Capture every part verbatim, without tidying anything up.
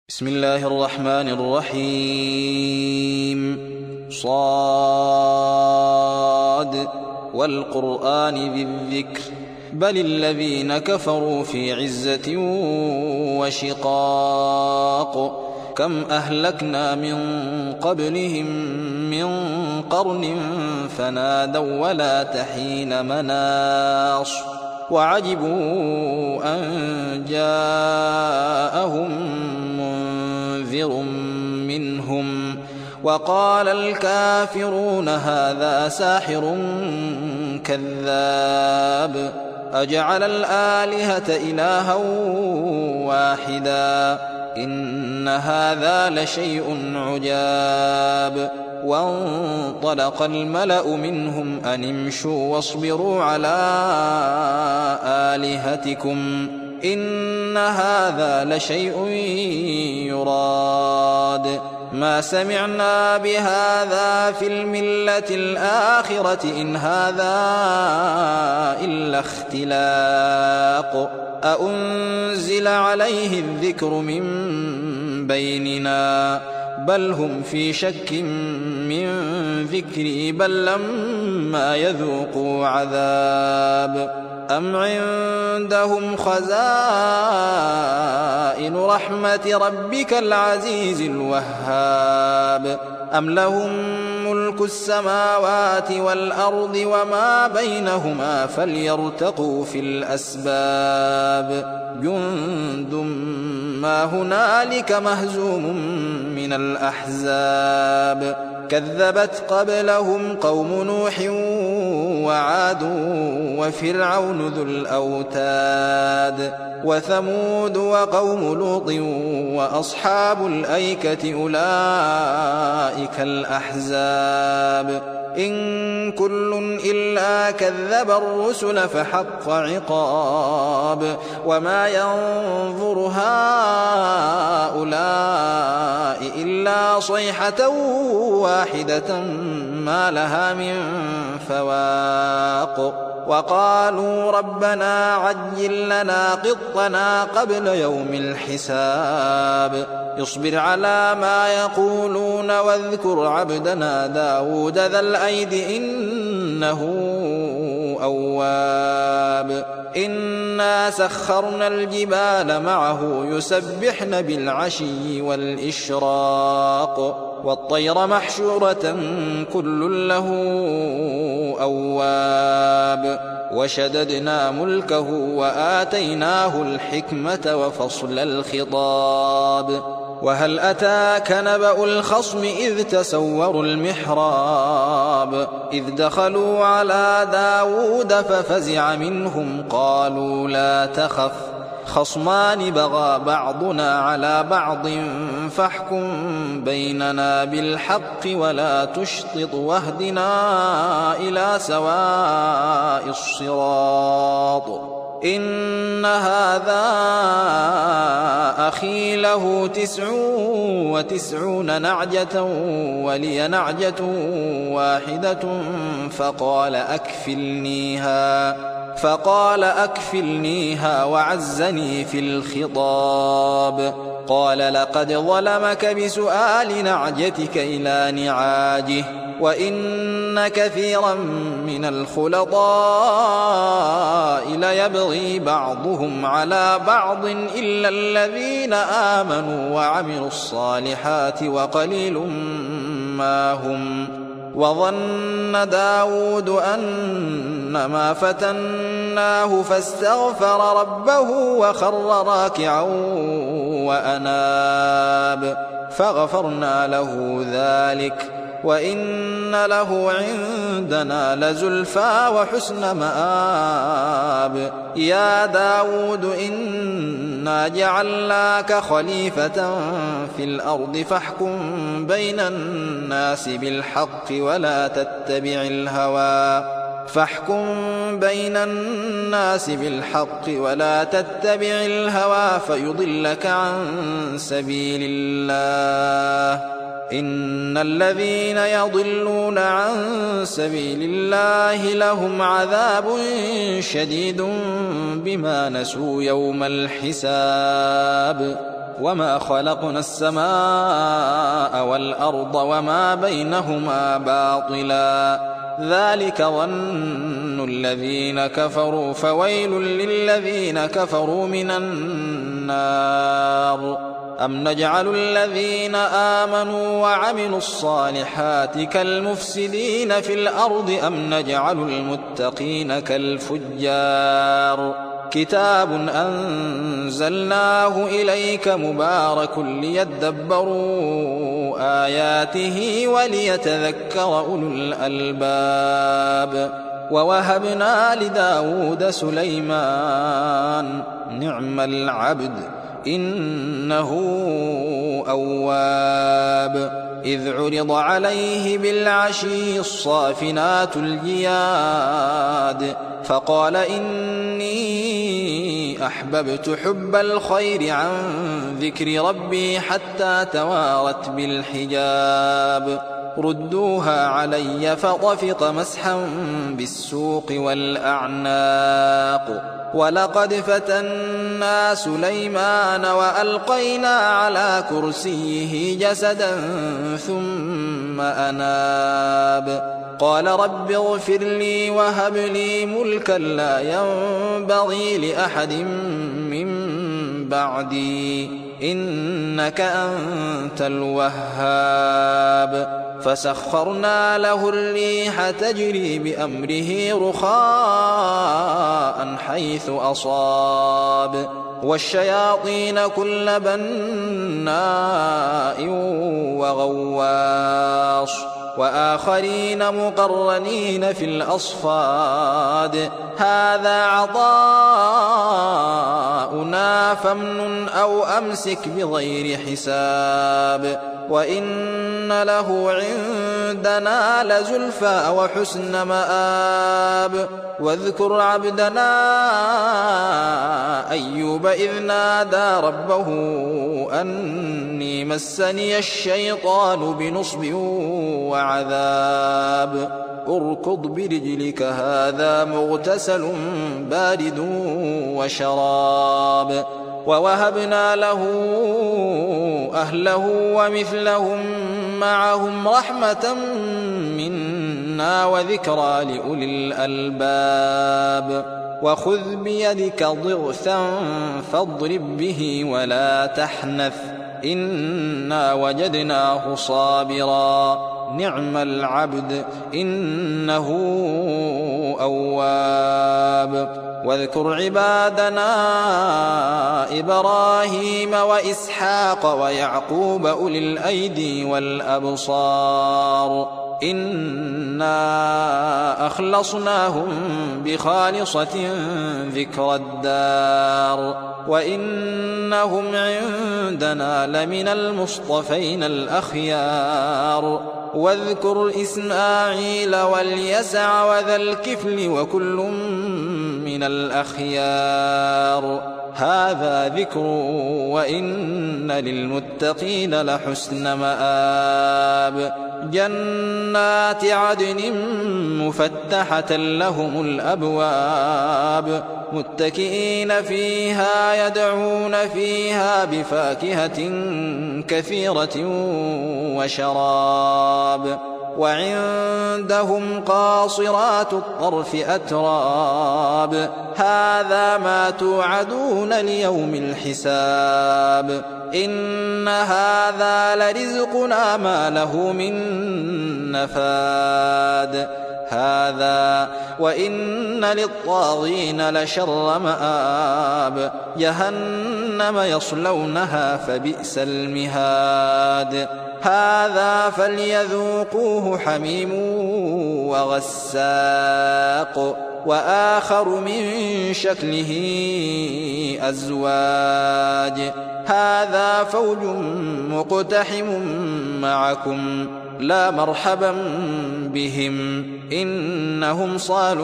بسم الله الرحمن الرحيم. صاد والقرآن ذي الذكر بل الذين كفروا في عزة وشقاق كم أهلكنا من قبلهم من قرن فنادوا ولا تحين مناص وعجبوا أن جاءهم منذر منهم وقال الكافرون هذا ساحر كذاب أجعل الآلهة إلها واحدا إن هذا لشيء عجاب. وانطلق الملأ منهم أن امشوا واصبروا على آلهتكم إن هذا لشيء يراد ما سمعنا بهذا في الملة الآخرة إن هذا إلا اختلاق أأنزل عليه الذكر من بيننا بل هم في شك من ذكري بل لما يذوقوا عذاب أم عندهم خزائن رحمة ربك العزيز الوهاب أم لهم ملك السماوات والأرض وما بينهما فليرتقوا في الأسباب جند ما هنالك مهزوم من الأحزاب كذبت قبلهم قوم نوح وعاد وفرعون ذو الأوتاد وثمود وقوم لوط وأصحاب الأيكة أولئك الأحزاب إن كل إلا كذب الرسل فحق عقاب وما ينظر هؤلاء إلا صيحة واحدة ما لها من فواق وقالوا ربنا عجل لنا قطنا قبل يوم الحساب اصبر على ما يقولون واذكر عبدنا داود ذا الأيد إنه أواب إنا سخرنا الجبال معه يسبحن بالعشي والإشراق والطير محشورة كل له أواب وشددنا ملكه وآتيناه الحكمة وفصل الخطاب وهل أتاك نبأ الخصم إذ تسوروا المحراب إذ دخلوا على داود ففزع منهم قالوا لا تخف خصمان بغى بعضنا على بعض فاحكم بيننا بالحق ولا تشطط واهدنا إلى سواء الصراط إن هذا أخي له تسع وتسعون نعجة ولي نعجة واحدة فقال أكفلنيها فقال أكفلنيها وعزني في الخطاب قال لقد ظلمك بسؤال نعجتك إلى نعاجه وإن كثيرا من الخلطاء ليبغي بعضهم على بعض إلا الذين آمنوا وعملوا الصالحات وقليل ما هم وظن داود أنما فتناه فاستغفر ربه وخر راكعا وأناب فغفرنا له ذلك وإن له عندنا لزلفى وحسن مآب يا داود إنا جعلناك خليفة في الأرض فاحكم بين الناس بالحق ولا تتبع الهوى فاحكم بين الناس بالحق ولا تتبع الهوى فيضلك عن سبيل الله إن الذين يضلون عن سبيل الله لهم عذاب شديد بما نسوا يوم الحساب وما خلقنا السماء والأرض وما بينهما باطلا ذلك ظن الذين كفروا فويل للذين كفروا من النار أم نجعل الذين آمنوا وعملوا الصالحات كالمفسدين في الأرض أم نجعل المتقين كالفجار كتاب أنزلناه إليك مبارك ليدبروا آياته وليتذكر أولو الألباب ووهبنا لداود سليمان نعم العبد إنه أواب إذ عرض عليه بالعشي الصافنات الجياد فقال إني أحببت حب الخير عن ذكر ربي حتى توارت بالحجاب ردوها علي فطفق مسحا بالسوق والأعناق ولقد فتنا سليمان وألقينا على كرسيه جسدا ثم أناب قال رب اغفر لي وهب لي ملكا لا ينبغي لأحد من بعدي إنك أنت الوهاب فسخرنا له الريح تجري بأمره رخاء حيث أصاب والشياطين كل بناء وغواص وآخرين مقرنين في الأصفاد هذا عطاؤنا فامنن أو أمسك بغير حساب وإن له عندنا لزلفى وحسن مآب واذكر عبدنا أيوب إذ نادى ربه أني مسني الشيطان بنصب وعذاب اركض برجلك هذا مغتسل بارد وشراب ووهبنا له أهله ومثلهم معهم رحمة منا وذكرى لأولي الألباب وخذ بيدك ضغثا فاضرب به ولا تحنث إنا وجدناه صابرا نعم العبد إنه أواب واذكر عبادنا إبراهيم وإسحاق ويعقوب أولي الأيدي والأبصار إنا أخلصناهم بخالصة ذكر الدار وإنهم عندنا لمن المصطفين الأخيار واذكر إسماعيل واليسع وذا الكفل وكل من الأخيار هذا ذكر وإن للمتقين لحسن مآب جنات عدن مفتحة لهم الأبواب متكئين فيها يدعون فيها بفاكهة كثيرة وشراب وعندهم قاصرات الطرف أتراب هذا ما توعدون ليوم الحساب إن هذا لرزقنا ما له من نفاد هذا وإن للطاغين لشر مآب جهنم يصلونها فبئس المهاد هذا فليذوقوه حميم وغساق وآخر من شكله أزواج هذا فوج مقتحم معكم لا مرحبا بهم إنهم صالوا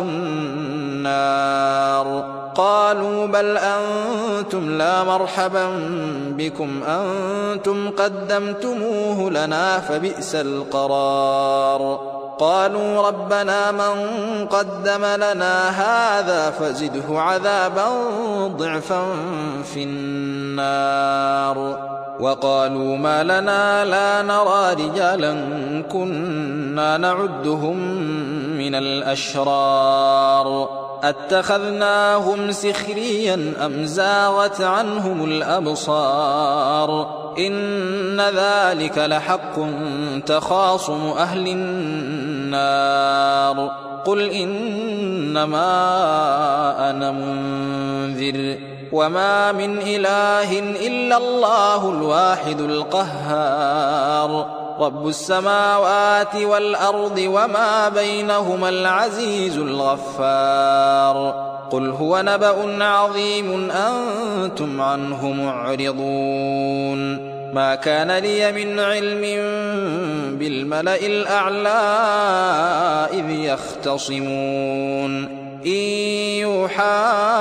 النار قالوا بل أنتم لا مرحبا بكم أنتم قدمتموه لنا فبئس القرار قالوا ربنا من قدم لنا هذا فزده عذابا ضعفا في النار. وقالوا ما لنا لا نرى رجالا كنا نعدهم من الأشرار أتخذناهم سخريا أم زاغت عنهم الأبصار إن ذلك لحق تخاصم أهل النار قل إنما أنا منذر وما من إله إلا الله الواحد القهار رب السماوات والأرض وما بينهما العزيز الغفار قل هو نبأ عظيم أنتم عنه معرضون ما كان لي من علم بالملأ الأعلى إذ يختصمون إن يوحى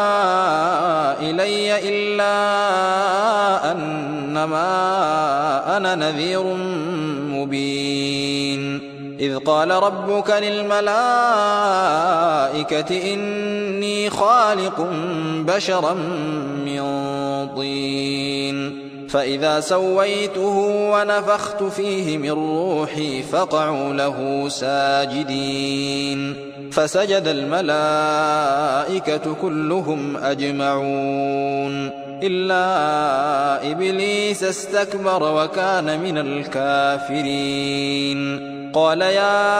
إلي إلا أنما أنا نذير مبين إذ قال ربك للملائكة إني خالق بشرا من طين فإذا سويته ونفخت فيه من روحي فقعوا له ساجدين فسجد الملائكة كلهم أجمعون إلا إبليس استكبر وكان من الكافرين قال يا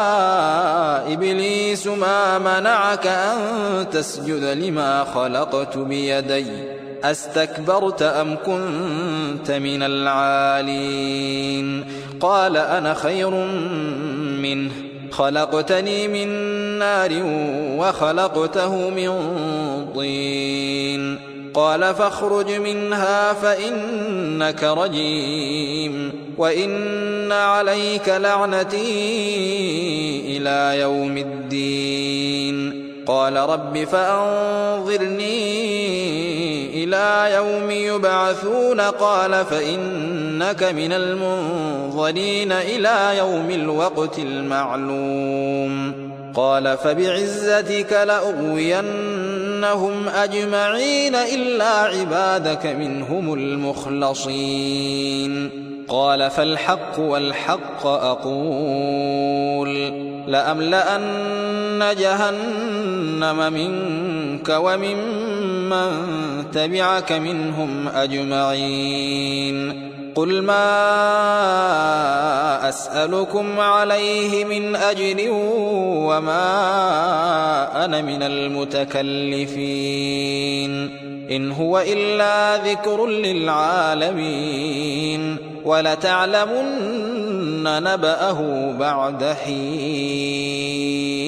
إبليس ما منعك أن تسجد لما خلقت بيدي أستكبرت أم كنت من العالين قال أنا خير منه خلقتني من نار وخلقته من طين قال فاخرج منها فإنك رجيم وإن عليك لعنتي إلى يوم الدين قال رب فأنظرني إلى يوم يبعثون قال فإنك من المنظرين إلى يوم الوقت المعلوم قال فبعزتك لأغوينهم أجمعين إلا عبادك منهم المخلصين قال فالحق والحق أقول لأملأن جهنم منك وممن تبعك منهم أجمعين قل ما أسألكم عليه من أجر وما أنا من المتكلفين إن هو إلا ذكر للعالمين ولتعلمن نبأه بعد حين.